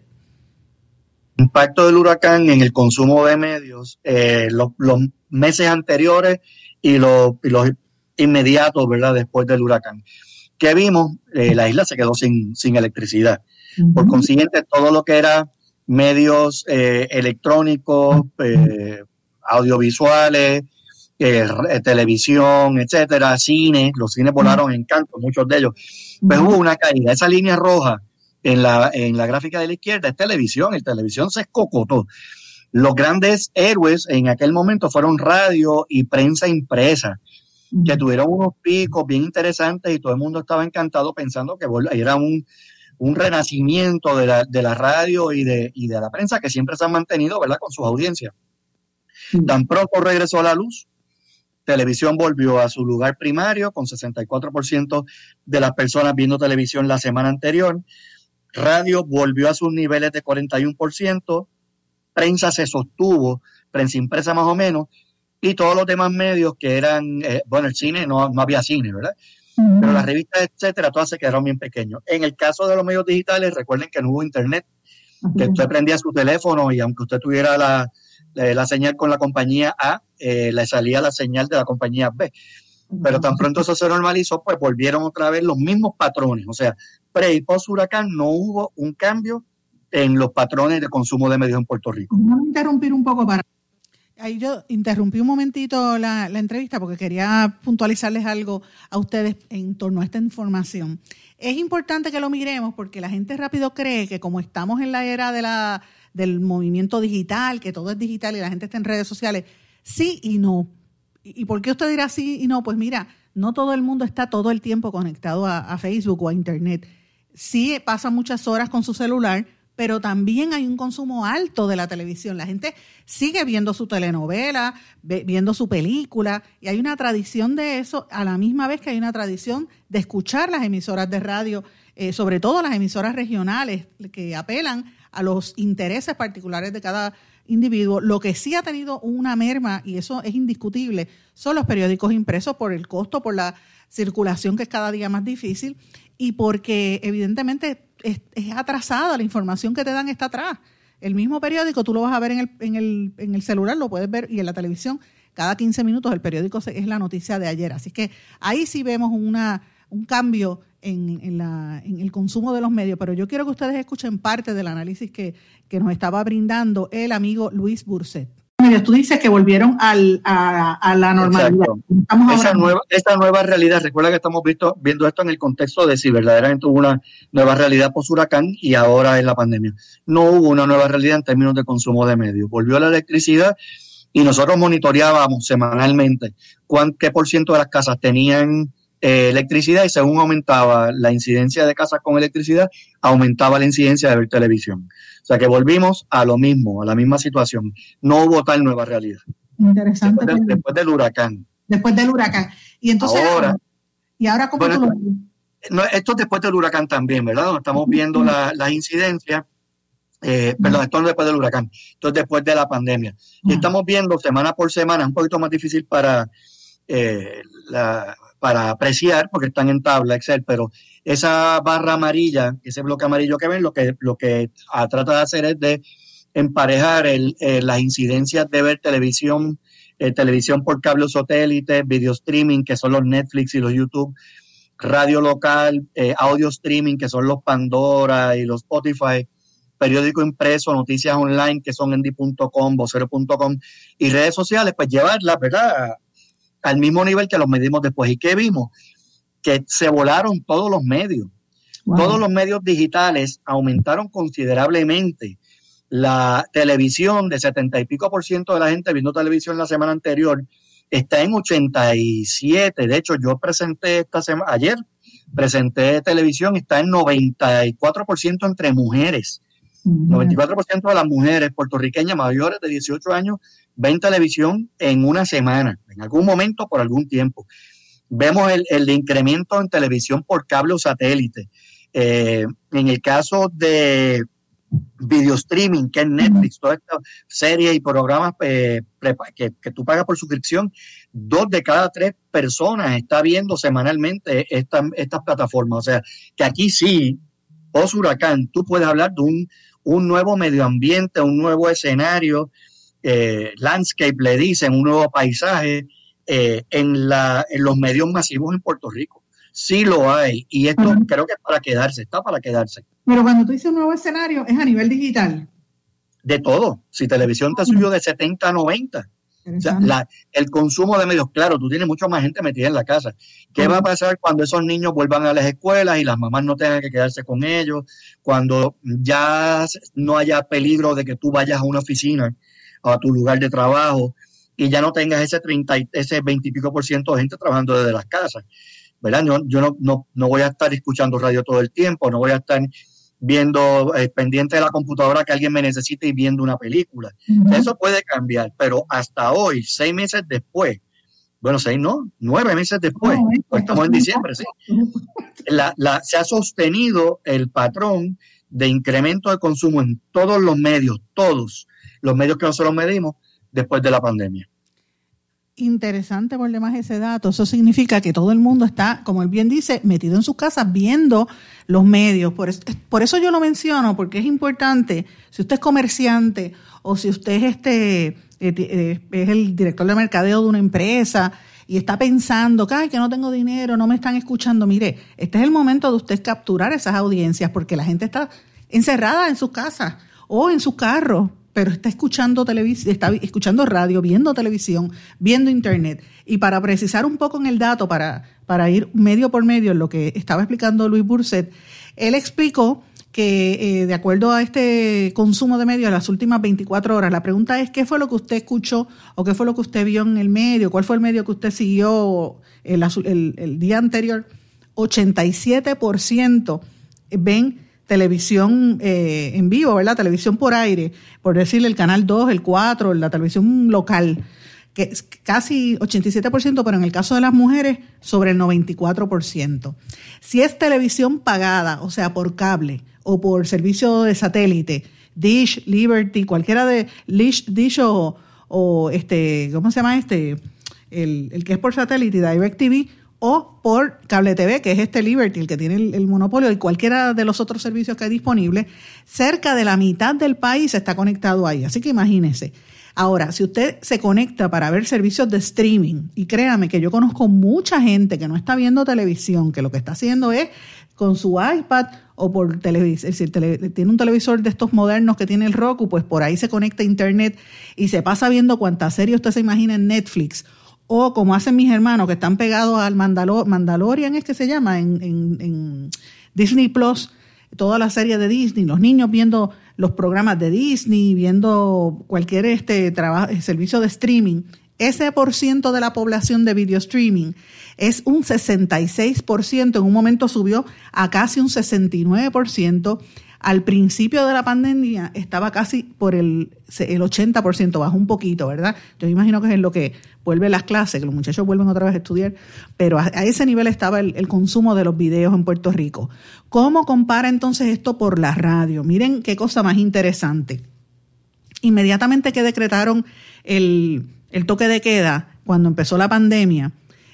Impacto del huracán en el consumo de medios, los meses anteriores y los inmediatos, ¿verdad?, después del huracán. ¿Qué vimos? La isla se quedó sin electricidad. Uh-huh. Por consiguiente, todo lo que era medios electrónicos, audiovisuales, televisión, etcétera, cine, los cines volaron en canto, muchos de ellos. Pues hubo una caída. Esa línea roja en la gráfica de la izquierda es televisión. El televisión se escocotó. Los grandes héroes en aquel momento fueron radio y prensa impresa, que tuvieron unos picos bien interesantes y todo el mundo estaba encantado pensando que era un renacimiento de la radio y de la prensa, que siempre se han mantenido, ¿verdad?, con sus audiencias. Tan pronto regresó a la luz, televisión volvió a su lugar primario, con 64% de las personas viendo televisión la semana anterior. Radio volvió a sus niveles de 41%. Prensa se sostuvo, prensa impresa más o menos, y todos los demás medios que eran, el cine, no había cine, ¿verdad? Uh-huh. Pero las revistas, etcétera, todas se quedaron bien pequeños. En el caso de los medios digitales, recuerden que no hubo internet, uh-huh, que usted prendía su teléfono y aunque usted tuviera la señal con la compañía A, le salía la señal de la compañía B. Pero tan pronto eso se normalizó, pues volvieron otra vez los mismos patrones. O sea, pre y post huracán no hubo un cambio en los patrones de consumo de medios en Puerto Rico. Vamos a interrumpir un poco para... Ahí yo interrumpí un momentito la entrevista porque quería puntualizarles algo a ustedes en torno a esta información. Es importante que lo miremos porque la gente rápido cree que como estamos en la era del movimiento digital, que todo es digital y la gente está en redes sociales, sí y no. ¿Y por qué usted dirá sí y no? Pues mira, no todo el mundo está todo el tiempo conectado a Facebook o a Internet. Sí pasa muchas horas con su celular, pero también hay un consumo alto de la televisión. La gente sigue viendo su telenovela, viendo su película, y hay una tradición de eso, a la misma vez que hay una tradición de escuchar las emisoras de radio, sobre todo las emisoras regionales, que apelan a los intereses particulares de cada individuo. Lo que sí ha tenido una merma, y eso es indiscutible, son los periódicos impresos por el costo, por la circulación que es cada día más difícil, y porque evidentemente es atrasada, la información que te dan está atrás. El mismo periódico tú lo vas a ver en el celular, lo puedes ver, y en la televisión cada 15 minutos el periódico es la noticia de ayer. Así que ahí sí vemos un cambio en el consumo de los medios, pero yo quiero que ustedes escuchen parte del análisis que nos estaba brindando el amigo Luis Burset. Tú dices que volvieron a la normalidad. Esta nueva realidad, recuerda que estamos viendo esto en el contexto de si verdaderamente hubo una nueva realidad post huracán y ahora en la pandemia. No hubo una nueva realidad en términos de consumo de medios. Volvió la electricidad y nosotros monitoreábamos semanalmente qué por ciento de las casas tenían electricidad, y según aumentaba la incidencia de casas con electricidad, aumentaba la incidencia de ver televisión. O sea que volvimos a lo mismo, a la misma situación. No hubo tal nueva realidad. Interesante. Después del huracán. Después del huracán. Y entonces ahora ¿cómo tú lo ves? Esto es después del huracán también, ¿verdad? Estamos viendo las incidencias. Perdón, esto no es después del huracán, esto es después de la pandemia. Y estamos viendo semana por semana, es un poquito más difícil para apreciar, porque están en tabla Excel, pero esa barra amarilla, ese bloque amarillo que ven, lo que trata de hacer es de emparejar las incidencias de ver televisión por cable o satélite, video streaming, que son los Netflix y los YouTube, radio local, audio streaming, que son los Pandora y los Spotify, periódico impreso, noticias online, que son endy.com, vocero.com, y redes sociales, pues llevarlas, ¿verdad?, al mismo nivel que los medimos después. ¿Y qué vimos? Que se volaron todos los medios. Wow. Todos los medios digitales aumentaron considerablemente. La televisión, de 70 y pico % de la gente viendo televisión la semana anterior, está en 87. De hecho, yo ayer presenté televisión, está en 94% entre mujeres. 94% de las mujeres puertorriqueñas mayores de 18 años ven televisión en una semana, en algún momento, por algún tiempo. Vemos el incremento en televisión por cable o satélite. En el caso de video streaming, que es Netflix, todas estas series y programas que tú pagas por suscripción, 2 de cada 3 personas está viendo semanalmente estas plataformas. O sea, que aquí sí, post huracán, tú puedes hablar de un nuevo medio ambiente, un nuevo escenario, landscape le dicen, un nuevo paisaje en los medios masivos en Puerto Rico. Sí lo hay, y esto creo que es para quedarse, está para quedarse. Pero cuando tú dices un nuevo escenario, es a nivel digital. De todo. Si televisión te subió de 70 a 90. O sea, el consumo de medios, claro, tú tienes mucha más gente metida en la casa. ¿Qué va a pasar cuando esos niños vuelvan a las escuelas y las mamás no tengan que quedarse con ellos? Cuando ya no haya peligro de que tú vayas a una oficina, a tu lugar de trabajo, y ya no tengas ese 20 y pico % de gente trabajando desde las casas, ¿verdad? Yo no voy a estar escuchando radio todo el tiempo, no voy a estar viendo, pendiente de la computadora que alguien me necesite y viendo una película. Uh-huh. Eso puede cambiar, pero hasta hoy, 6 meses después, bueno, 6 no, 9 meses después, estamos en diciembre, sí. Se ha sostenido el patrón de incremento de consumo en todos los medios que nosotros medimos después de la pandemia. Interesante por demás ese dato. Eso significa que todo el mundo está, como él bien dice, metido en sus casas viendo los medios. Por eso yo lo menciono, porque es importante. Si usted es comerciante o si usted es el director de mercadeo de una empresa y está pensando que no tengo dinero, no me están escuchando, mire, este es el momento de usted capturar esas audiencias, porque la gente está encerrada en sus casas o en sus carros, pero está escuchando televisión, está escuchando radio, viendo televisión, viendo internet. Y para precisar un poco en el dato, para ir medio por medio en lo que estaba explicando Luis Burset, él explicó que de acuerdo a este consumo de medios en las últimas 24 horas, la pregunta es ¿qué fue lo que usted escuchó o qué fue lo que usted vio en el medio? ¿Cuál fue el medio que usted siguió el día anterior? 87% ven televisión en vivo, ¿verdad? Televisión por aire, por decirle el canal 2, el 4, la televisión local, que es casi 87%, pero en el caso de las mujeres, sobre el 94%. Si es televisión pagada, o sea, por cable o por servicio de satélite, Dish, Liberty, cualquiera de Dish o ¿cómo se llama el que es por satélite, DirecTV, o por cable TV, que es Liberty, el que tiene el monopolio, y cualquiera de los otros servicios que hay disponibles, cerca de la mitad del país está conectado ahí. Así que imagínese. Ahora, si usted se conecta para ver servicios de streaming, y créame que yo conozco mucha gente que no está viendo televisión, que lo que está haciendo es con su iPad o por televisor, si tiene un televisor de estos modernos que tiene el Roku, pues por ahí se conecta a internet y se pasa viendo cuánta serie usted se imagina en Netflix. O como hacen mis hermanos que están pegados al Mandalorian, es que se llama, en Disney Plus, toda la serie de Disney, los niños viendo los programas de Disney, viendo cualquier servicio de streaming. Ese % de la población de video streaming es un 66%, en un momento subió a casi un 69%. Al principio de la pandemia estaba casi por el 80%, bajó un poquito, ¿verdad? Yo me imagino que es en lo que vuelve las clases, que los muchachos vuelven otra vez a estudiar, pero a ese nivel estaba el consumo de los videos en Puerto Rico. ¿Cómo compara entonces esto por la radio? Miren qué cosa más interesante. Inmediatamente que decretaron el toque de queda, cuando empezó la pandemia,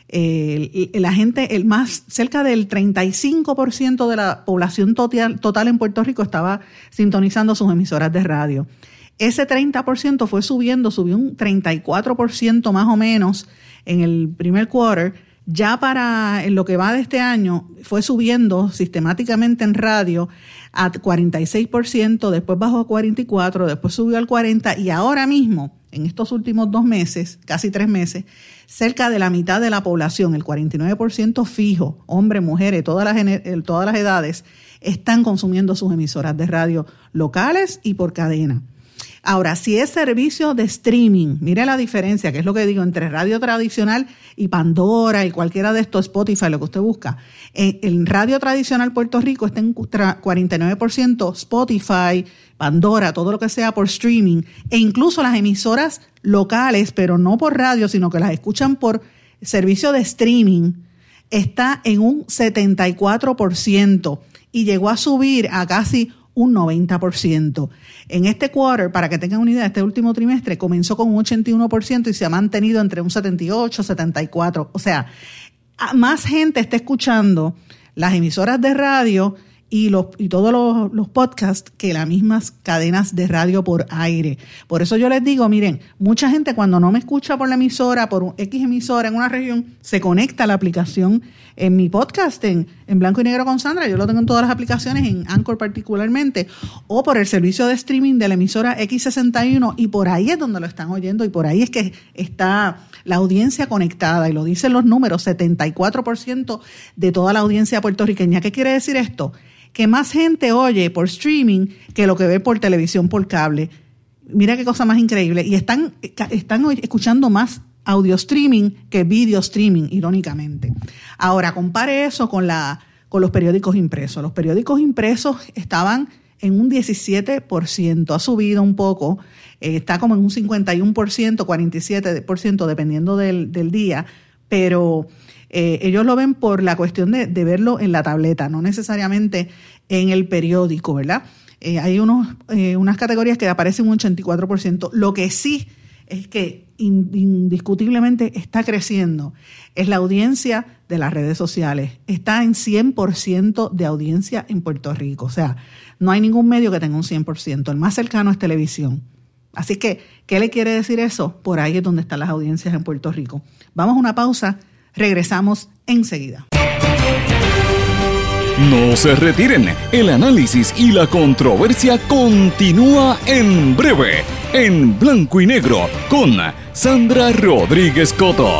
la gente, cerca del 35% de la población total en Puerto Rico estaba sintonizando sus emisoras de radio. Ese 30% subió un 34% más o menos en el primer quarter. Ya en lo que va de este año fue subiendo sistemáticamente en radio a 46%, después bajó a 44%, después subió al 40%, y ahora mismo, en estos últimos 2 meses, casi 3 meses, cerca de la mitad de la población, el 49% fijo, hombres, mujeres, todas las edades, están consumiendo sus emisoras de radio locales y por cadena. Ahora, si es servicio de streaming, mire la diferencia, que es lo que digo, entre radio tradicional y Pandora y cualquiera de estos, Spotify, lo que usted busca. En radio tradicional Puerto Rico está en 49% Spotify, Pandora, todo lo que sea por streaming, e incluso las emisoras locales, pero no por radio, sino que las escuchan por servicio de streaming, está en un 74% y llegó a subir a casi un 90%. En este quarter, para que tengan una idea, este último trimestre comenzó con un 81% y se ha mantenido entre un 78, 74. O sea, más gente está escuchando las emisoras de radio y todos los podcasts que las mismas cadenas de radio por aire. Por eso yo les digo, miren, mucha gente cuando no me escucha por la emisora, por un X emisora en una región, se conecta a la aplicación en mi podcast, en Blanco y Negro con Sandra. Yo lo tengo en todas las aplicaciones, en Anchor particularmente, o por el servicio de streaming de la emisora X61, y por ahí es donde lo están oyendo, y por ahí es que está la audiencia conectada, y lo dicen los números, 74% de toda la audiencia puertorriqueña. ¿Qué quiere decir esto? Que más gente oye por streaming que lo que ve por televisión, por cable. Mira qué cosa más increíble. Y están escuchando más audio streaming que video streaming, irónicamente. Ahora, compare eso con los periódicos impresos. Los periódicos impresos estaban en un 17%, ha subido un poco, está como en un 51%, 47%, dependiendo del día, pero ellos lo ven por la cuestión de verlo en la tableta, no necesariamente en el periódico, ¿verdad? Hay unas categorías que aparecen un 84%. Lo que sí es que indiscutiblemente está creciendo es la audiencia de las redes sociales. Está en 100% de audiencia en Puerto Rico. O sea, no hay ningún medio que tenga un 100%. El más cercano es televisión. Así que, ¿qué le quiere decir eso? Por ahí es donde están las audiencias en Puerto Rico. Vamos a una pausa. Regresamos enseguida. No se retiren, el análisis y la controversia continúa en breve, en Blanco y Negro, con Sandra Rodríguez Coto.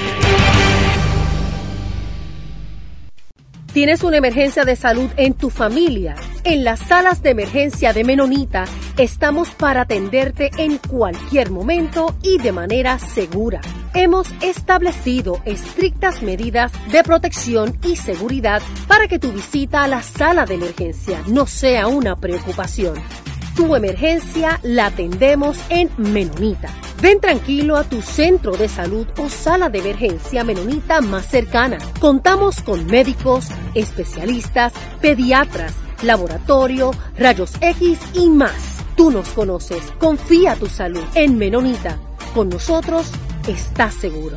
¿Tienes una emergencia de salud en tu familia? En las salas de emergencia de Menonita estamos para atenderte en cualquier momento y de manera segura. Hemos establecido estrictas medidas de protección y seguridad para que tu visita a la sala de emergencia no sea una preocupación. Tu emergencia la atendemos en Menonita. Ven tranquilo a tu centro de salud o sala de emergencia Menonita más cercana. Contamos con médicos, especialistas, pediatras, laboratorio, rayos X y más. Tú nos conoces. Confía tu salud en Menonita. Con nosotros estás seguro.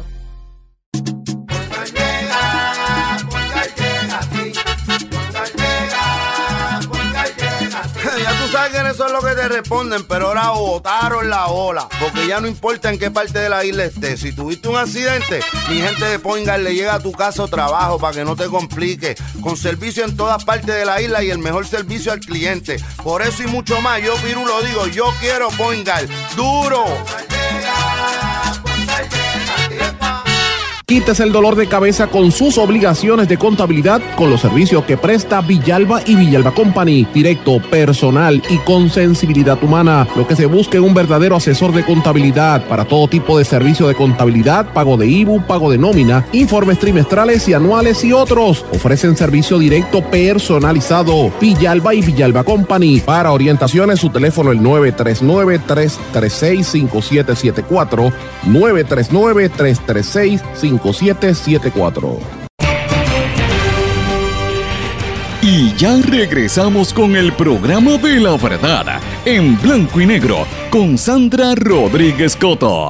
Ya tú sabes que eso es lo que te responden, pero ahora botaron la ola, porque ya no importa en qué parte de la isla estés. Si tuviste un accidente, mi gente de Poingal le llega a tu casa o trabajo para que no te complique, con servicio en todas partes de la isla y el mejor servicio al cliente. Por eso y mucho más, yo Piru lo digo, yo quiero Poingal, duro. Quítese el dolor de cabeza con sus obligaciones de contabilidad con los servicios que presta Villalba y Villalba Company. Directo, personal y con sensibilidad humana. Lo que se busca es un verdadero asesor de contabilidad para todo tipo de servicio de contabilidad, pago de IBU, pago de nómina, informes trimestrales y anuales y otros. Ofrecen servicio directo personalizado. Villalba y Villalba Company. Para orientaciones, su teléfono el 939-336-5774. 939-336-5774. Y ya regresamos con el programa de la verdad, en Blanco y Negro, con Sandra Rodríguez Coto.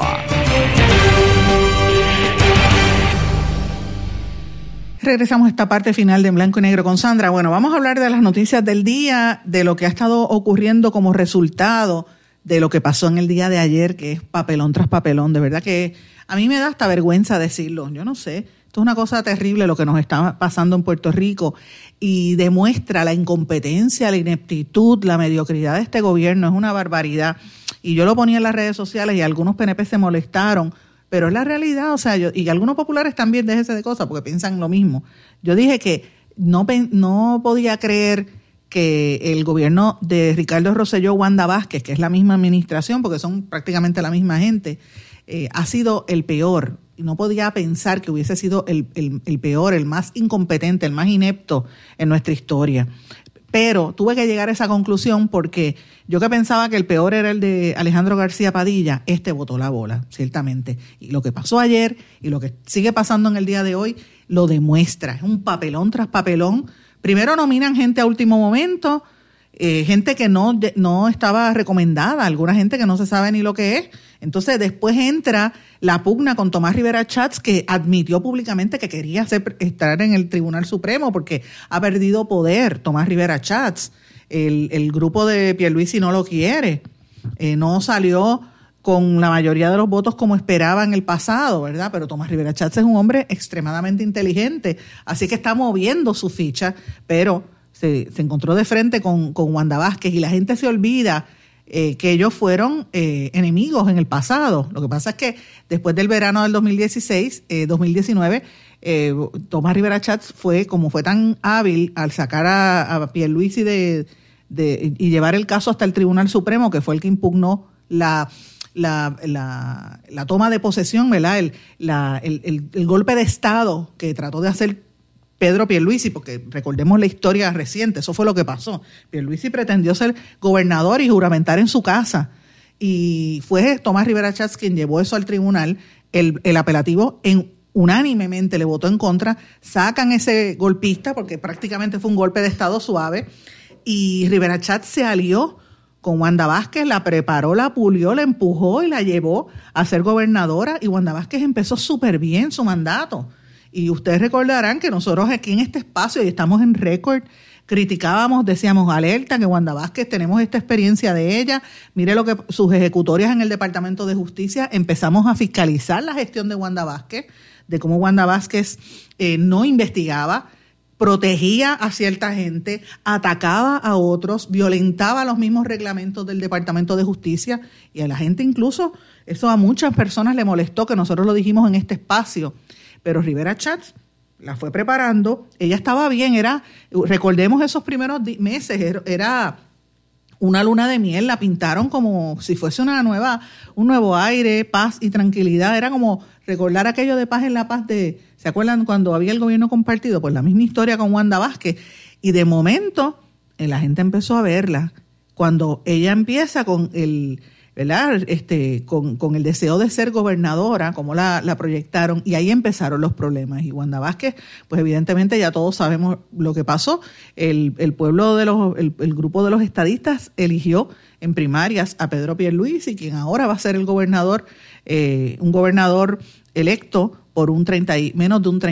Regresamos a esta parte final de Blanco y Negro con Sandra. Bueno, vamos a hablar de las noticias del día, de lo que ha estado ocurriendo como resultado de lo que pasó en el día de ayer, que es papelón tras papelón. De verdad que a mí me da hasta vergüenza decirlo. Yo no sé, esto es una cosa terrible lo que nos está pasando en Puerto Rico y demuestra la incompetencia, la ineptitud, la mediocridad de este gobierno. Es una barbaridad. Y yo lo ponía en las redes sociales y algunos PNP se molestaron, pero es la realidad. O sea, y algunos populares también, déjense de cosas porque piensan lo mismo. Yo dije que no podía creer que el gobierno de Ricardo Rosselló, Wanda Vázquez, que es la misma administración, porque son prácticamente la misma gente, ha sido el peor. No podía pensar que hubiese sido el peor, el más incompetente, el más inepto en nuestra historia. Pero tuve que llegar a esa conclusión porque yo que pensaba que el peor era el de Alejandro García Padilla, botó la bola, ciertamente. Y lo que pasó ayer y lo que sigue pasando en el día de hoy lo demuestra. Es un papelón tras papelón. Primero nominan gente a último momento, gente que no estaba recomendada, alguna gente que no se sabe ni lo que es. Entonces después entra la pugna con Tomás Rivera Schatz, que admitió públicamente que quería estar en el Tribunal Supremo porque ha perdido poder Tomás Rivera Schatz. El grupo de Pierluisi no lo quiere. No salió con la mayoría de los votos como esperaba en el pasado, ¿verdad? Pero Tomás Rivera Schatz es un hombre extremadamente inteligente, así que está moviendo su ficha, pero se encontró de frente con Wanda Vázquez y la gente se olvida que ellos fueron enemigos en el pasado. Lo que pasa es que después del verano del 2019, Tomás Rivera Schatz fue tan hábil al sacar a Pierluisi y llevar el caso hasta el Tribunal Supremo, que fue el que impugnó la toma de posesión, ¿verdad? El golpe de Estado que trató de hacer Pedro Pierluisi, porque recordemos la historia reciente, eso fue lo que pasó. Pierluisi pretendió ser gobernador y juramentar en su casa, y fue Tomás Rivera Schatz quien llevó eso al tribunal. El apelativo unánimemente le votó en contra, sacan ese golpista, porque prácticamente fue un golpe de Estado suave, y Rivera Schatz se alió con Wanda Vázquez, la preparó, la pulió, la empujó y la llevó a ser gobernadora, y Wanda Vázquez empezó súper bien su mandato. Y ustedes recordarán que nosotros aquí en este espacio, y estamos en récord, criticábamos, decíamos, alerta, que Wanda Vázquez, tenemos esta experiencia de ella, mire lo que sus ejecutorias en el Departamento de Justicia, empezamos a fiscalizar la gestión de Wanda Vázquez, de cómo Wanda Vázquez no investigaba, protegía a cierta gente, atacaba a otros, violentaba los mismos reglamentos del Departamento de Justicia, y a la gente incluso, eso a muchas personas le molestó, que nosotros lo dijimos en este espacio. Pero Rivera Schatz la fue preparando, ella estaba bien, recordemos esos primeros meses, era una luna de miel, la pintaron como si fuese un nuevo aire, paz y tranquilidad, era como recordar aquello de Paz en la Paz ¿se acuerdan cuando había el gobierno compartido? Pues la misma historia con Wanda Vázquez, y de momento la gente empezó a verla, cuando ella empieza con ¿verdad? Con el deseo de ser gobernadora, como la proyectaron, y ahí empezaron los problemas. Y Wanda Vázquez, pues evidentemente ya todos sabemos lo que pasó. El pueblo el grupo de los estadistas eligió en primarias a Pedro Pierluisi, quien ahora va a ser el gobernador, un gobernador electo por menos de un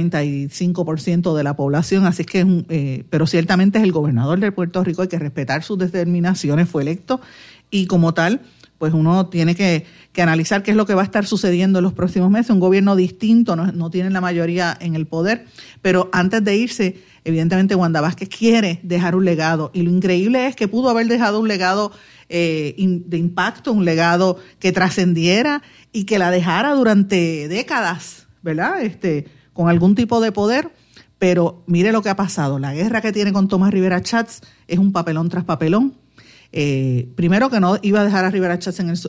35% de la población, así que pero ciertamente es el gobernador de Puerto Rico, hay que respetar sus determinaciones, fue electo, y como tal, pues uno tiene que analizar qué es lo que va a estar sucediendo en los próximos meses. Un gobierno distinto, no tienen la mayoría en el poder, pero antes de irse, evidentemente Wanda Vázquez quiere dejar un legado, y lo increíble es que pudo haber dejado un legado de impacto, un legado que trascendiera y que la dejara durante décadas, ¿verdad? Con algún tipo de poder, pero mire lo que ha pasado. La guerra que tiene con Tomás Rivera Schatz es un papelón tras papelón. Primero que no iba a dejar a Rivera Schatz en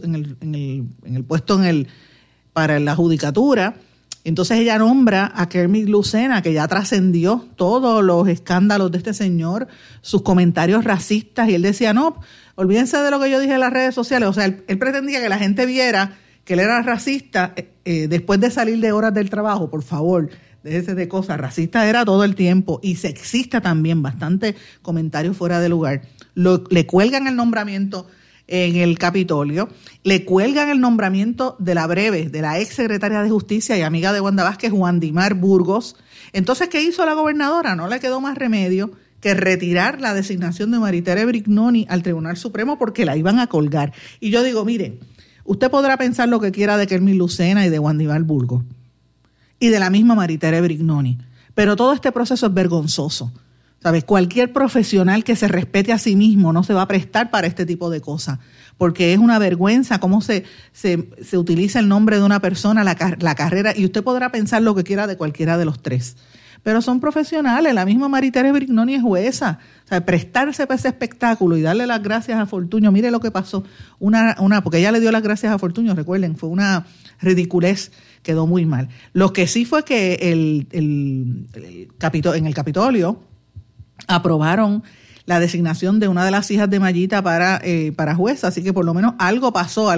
el puesto para la judicatura. Entonces ella nombra a Kermit Lucena, que ya trascendió todos los escándalos de este señor, sus comentarios racistas, y él decía, no, olvídense de lo que yo dije en las redes sociales. O sea, él pretendía que la gente viera que él era racista después de salir de horas del trabajo. Por favor, déjese de cosas. Racista era todo el tiempo, y sexista también, bastante comentarios fuera de lugar. Le cuelgan el nombramiento en el Capitolio, le cuelgan el nombramiento de la ex secretaria de Justicia y amiga de Wanda Vázquez, Wandimar Burgos. Entonces, ¿qué hizo la gobernadora? No le quedó más remedio que retirar la designación de Maritere Brignoni al Tribunal Supremo, porque la iban a colgar. Y yo digo, miren, usted podrá pensar lo que quiera de Kermit Lucena y de Wandimar Burgos y de la misma Maritere Brignoni, pero todo este proceso es vergonzoso. ¿Sabes? Cualquier profesional que se respete a sí mismo no se va a prestar para este tipo de cosas, porque es una vergüenza cómo se utiliza el nombre de una persona, la carrera, y usted podrá pensar lo que quiera de cualquiera de los tres, pero son profesionales. La misma Maritere Brignoni es jueza. O sea, prestarse para ese espectáculo y darle las gracias a Fortuño, mire lo que pasó, porque ella le dio las gracias a Fortuño, recuerden, fue una ridiculez, quedó muy mal. Lo que sí fue que en el Capitolio aprobaron la designación de una de las hijas de Mayita para jueza, así que por lo menos algo pasó,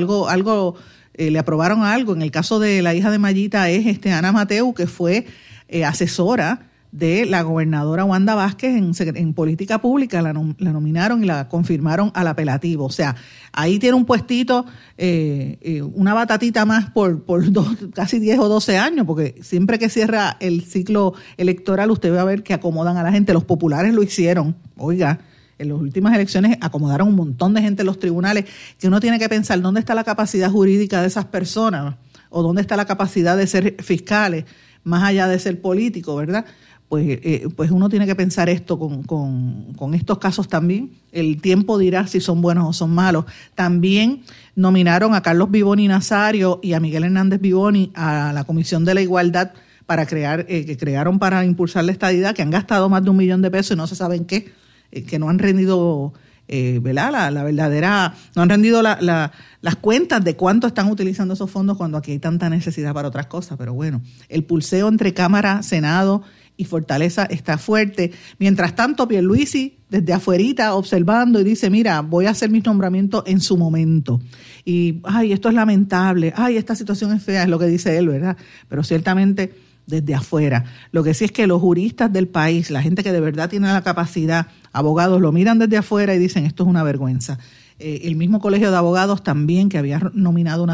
le aprobaron algo. En el caso de la hija de Mayita es Ana Mateu, que fue asesora de la gobernadora Wanda Vázquez en política pública, la nominaron y la confirmaron al apelativo. O sea, ahí tiene un puestito, una batatita más por casi 10 o 12 años, porque siempre que cierra el ciclo electoral usted va a ver que acomodan a la gente. Los populares lo hicieron, oiga, en las últimas elecciones acomodaron un montón de gente en los tribunales, que uno tiene que pensar dónde está la capacidad jurídica de esas personas o dónde está la capacidad de ser fiscales, más allá de ser político, ¿verdad? Pues uno tiene que pensar esto con estos casos también. El tiempo dirá si son buenos o son malos. También nominaron a Carlos Vivoni Nazario y a Miguel Hernández Vivoni a la Comisión de la Igualdad que crearon para impulsar la estadidad, que han gastado más de $1 millón y no se sabe en qué, que no han rendido, ¿verdad? La verdadera, no han rendido las cuentas de cuánto están utilizando esos fondos cuando aquí hay tanta necesidad para otras cosas. Pero bueno, el pulseo entre Cámara, Senado y Fortaleza está fuerte. Mientras tanto, Pierluisi desde afuerita observando y dice, mira, voy a hacer mis nombramientos en su momento. Y, esto es lamentable, esta situación es fea, es lo que dice él, ¿verdad? Pero ciertamente desde afuera. Lo que sí es que los juristas del país, la gente que de verdad tiene la capacidad, abogados, lo miran desde afuera y dicen, esto es una vergüenza. El mismo Colegio de Abogados también, que había nominado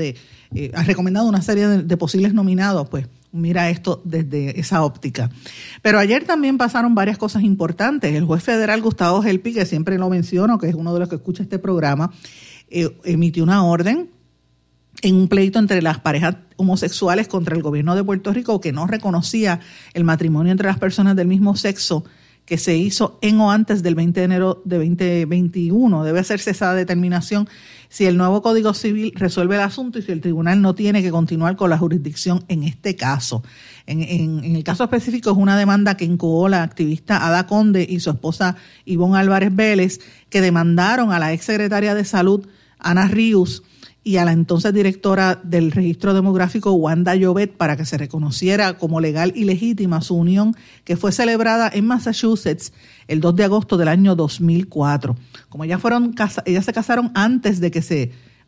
ha recomendado una serie de posibles nominados, pues mira esto desde esa óptica. Pero ayer también pasaron varias cosas importantes. El juez federal Gustavo Gelpi, que siempre lo menciono, que es uno de los que escucha este programa, emitió una orden en un pleito entre las parejas homosexuales contra el gobierno de Puerto Rico, que no reconocía el matrimonio entre las personas del mismo sexo que se hizo en o antes del 20 de enero de 2021. Debe hacerse esa determinación si el nuevo Código Civil resuelve el asunto y si el tribunal no tiene que continuar con la jurisdicción en este caso. En el caso específico es una demanda que incoó la activista Ada Conde y su esposa Ivonne Álvarez Vélez, que demandaron a la exsecretaria de Salud, Ana Ríos, y a la entonces directora del Registro Demográfico, Wanda Llobet, para que se reconociera como legal y legítima su unión, que fue celebrada en Massachusetts el 2 de agosto del año 2004. Como ellas se casaron antes de que se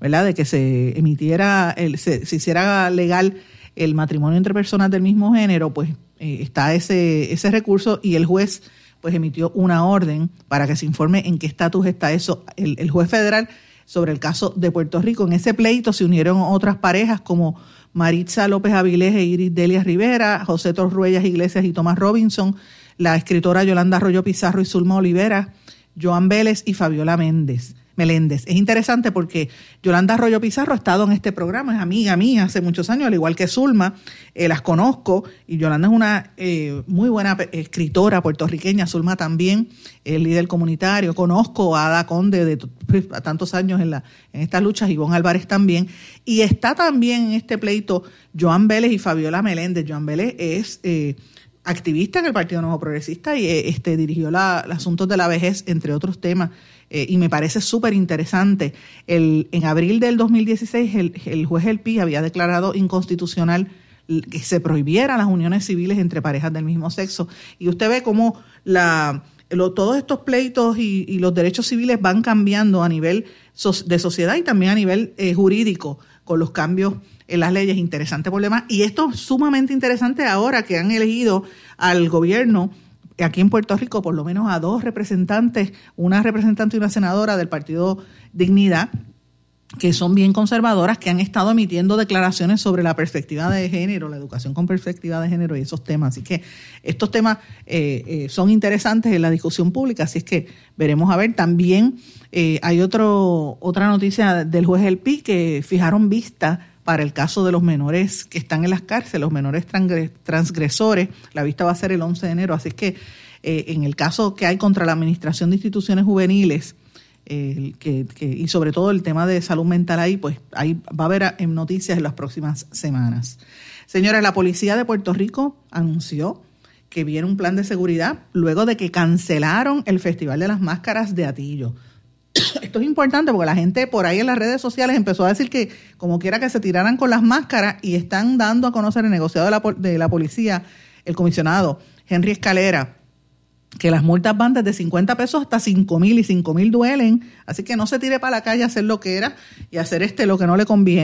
emitiera, se hiciera legal el matrimonio entre personas del mismo género, pues está ese recurso, y el juez pues emitió una orden para que se informe en qué estatus está eso. El juez federal sobre el caso de Puerto Rico. En ese pleito se unieron otras parejas como Maritza López Avilés e Iris Delia Rivera, José Torruellas Iglesias y Tomás Robinson, la escritora Yolanda Arroyo Pizarro y Zulma Olivera, Joan Vélez y Fabiola Meléndez. Es interesante porque Yolanda Arroyo Pizarro ha estado en este programa, es amiga mía hace muchos años, al igual que Zulma, las conozco, y Yolanda es una muy buena escritora puertorriqueña, Zulma también, es líder comunitario. Conozco a Ada Conde de tantos años en estas luchas, Ivonne Álvarez también, y está también en este pleito Joan Vélez y Fabiola Meléndez. Joan Vélez es activista en el Partido Nuevo Progresista y dirigió los asuntos de la vejez, entre otros temas, y me parece súper interesante. En abril del 2016 el juez Gelpi había declarado inconstitucional que se prohibieran las uniones civiles entre parejas del mismo sexo, y usted ve cómo todos estos pleitos y los derechos civiles van cambiando a nivel de sociedad y también a nivel jurídico con los cambios en las leyes. Interesante problema, y esto es sumamente interesante ahora que han elegido al gobierno aquí en Puerto Rico por lo menos a 2 representantes, una representante y una senadora del Partido Dignidad, que son bien conservadoras, que han estado emitiendo declaraciones sobre la perspectiva de género, la educación con perspectiva de género y esos temas. Así que estos temas son interesantes en la discusión pública, así es que veremos a ver. También hay otra noticia del juez Gelpi, que fijaron vista para el caso de los menores que están en las cárceles, los menores transgresores. La vista va a ser el 11 de enero, así es que en el caso que hay contra la Administración de Instituciones Juveniles, y sobre todo el tema de salud mental ahí, pues ahí va a haber noticias en las próximas semanas. Señora, la Policía de Puerto Rico anunció que viene un plan de seguridad luego de que cancelaron el Festival de las Máscaras de Atillo. Esto es importante porque la gente por ahí en las redes sociales empezó a decir que como quiera que se tiraran con las máscaras, y están dando a conocer el negociado de la policía, el comisionado Henry Escalera, que las multas van desde $50 hasta $5,000, y $5,000 duelen, así que no se tire para la calle a hacer lo que era y hacer lo que no le conviene.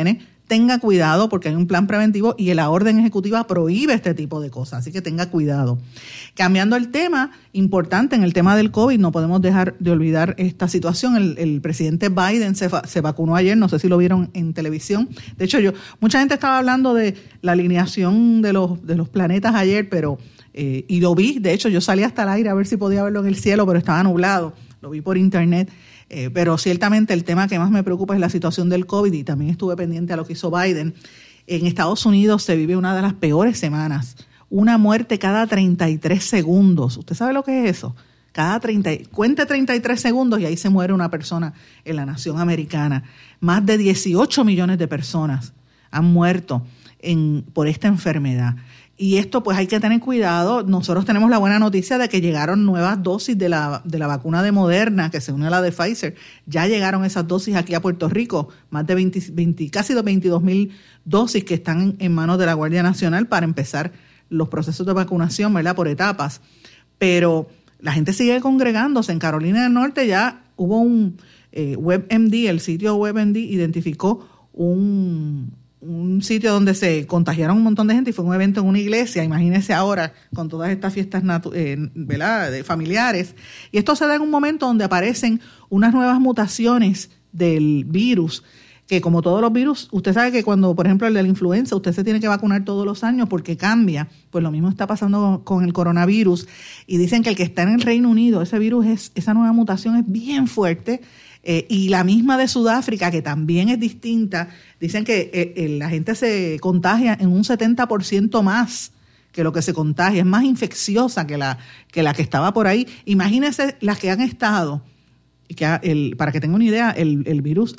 tenga cuidado porque hay un plan preventivo y la orden ejecutiva prohíbe este tipo de cosas, así que tenga cuidado. Cambiando el tema, importante en el tema del COVID, no podemos dejar de olvidar esta situación. El presidente Biden se vacunó ayer, no sé si lo vieron en televisión. De hecho, mucha gente estaba hablando de la alineación de los planetas ayer, pero y lo vi, de hecho yo salí hasta el aire a ver si podía verlo en el cielo, pero estaba nublado, lo vi por internet. Pero ciertamente el tema que más me preocupa es la situación del COVID y también estuve pendiente a lo que hizo Biden. En Estados Unidos se vive una de las peores semanas. Una muerte cada 33 segundos. ¿Usted sabe lo que es eso? Cuente 33 segundos y ahí se muere una persona en la nación americana. Más de 18 millones de personas han muerto por esta enfermedad. Y esto pues hay que tener cuidado. Nosotros tenemos la buena noticia de que llegaron nuevas dosis de la vacuna de Moderna, que se une a la de Pfizer. Ya llegaron esas dosis aquí a Puerto Rico, más de casi 22,000 dosis que están en manos de la Guardia Nacional para empezar los procesos de vacunación, ¿verdad? Por etapas. Pero la gente sigue congregándose. En Carolina del Norte ya hubo un WebMD, el sitio WebMD identificó un sitio donde se contagiaron un montón de gente y fue un evento en una iglesia. Imagínense ahora con todas estas fiestas ¿verdad? De familiares. Y esto se da en un momento donde aparecen unas nuevas mutaciones del virus, que como todos los virus, usted sabe que cuando, por ejemplo, el de la influenza, usted se tiene que vacunar todos los años porque cambia. Pues lo mismo está pasando con el coronavirus. Y dicen que el que está en el Reino Unido, ese virus, esa nueva mutación es bien fuerte. Y la misma de Sudáfrica, que también es distinta, dicen que la gente se contagia en un 70% más que lo que se contagia, es más infecciosa que la que estaba por ahí. Imagínense las que han estado, para que tengan una idea, el virus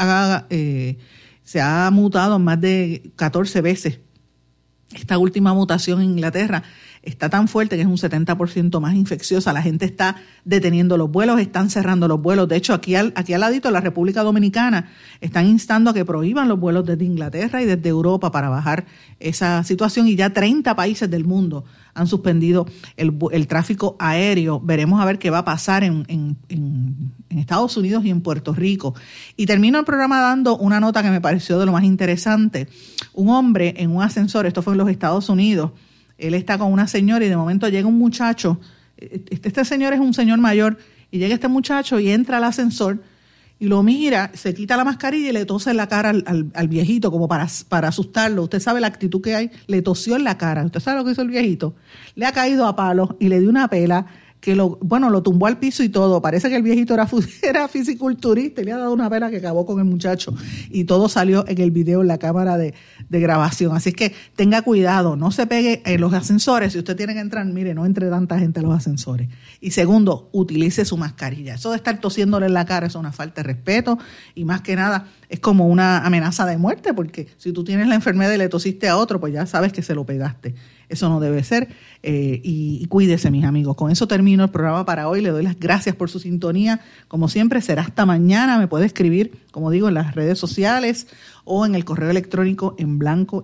se ha mutado más de 14 veces. Esta última mutación en Inglaterra está tan fuerte que es un 70% más infecciosa. La gente está deteniendo los vuelos, están cerrando los vuelos. De hecho, aquí al ladito, en la República Dominicana, están instando a que prohíban los vuelos desde Inglaterra y desde Europa para bajar esa situación. Y ya 30 países del mundo han suspendido el tráfico aéreo. Veremos a ver qué va a pasar en Estados Unidos y en Puerto Rico. Y termino el programa dando una nota que me pareció de lo más interesante. Un hombre en un ascensor, esto fue en los Estados Unidos, él está con una señora y de momento llega un muchacho. Este señor es un señor mayor y llega este muchacho y entra al ascensor y lo mira, se quita la mascarilla y le tose en la cara al viejito como para asustarlo. Usted sabe la actitud que hay, le tosió en la cara. ¿Usted sabe lo que hizo el viejito? Le ha caído a palos y le dio una pela que lo tumbó al piso y todo. Parece que el viejito era fisiculturista y le ha dado una pela que acabó con el muchacho. Y todo salió en el video, en la cámara de grabación. Así que tenga cuidado, no se pegue en los ascensores. Si usted tiene que entrar, mire, no entre tanta gente a los ascensores. Y segundo, utilice su mascarilla. Eso de estar tosiéndole en la cara es una falta de respeto y más que nada es como una amenaza de muerte, porque si tú tienes la enfermedad y le tosiste a otro, pues ya sabes que se lo pegaste. Eso no debe ser. Y cuídese, mis amigos. Con eso termino el programa para hoy. Le doy las gracias por su sintonía. Como siempre, será hasta mañana. Me puede escribir, como digo, en las redes sociales o en el correo electrónico en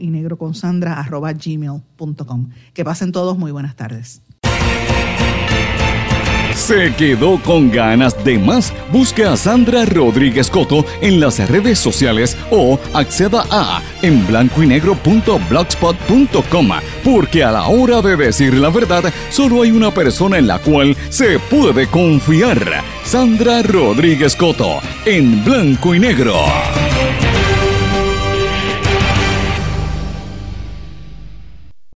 blancoynegroconsandra@gmail.com. Que pasen todos muy buenas tardes. ¿Se quedó con ganas de más? Busque a Sandra Rodríguez Coto en las redes sociales o acceda a enblancoynegro.blogspot.com, porque a la hora de decir la verdad, solo hay una persona en la cual se puede confiar. Sandra Rodríguez Coto, en Blanco y Negro.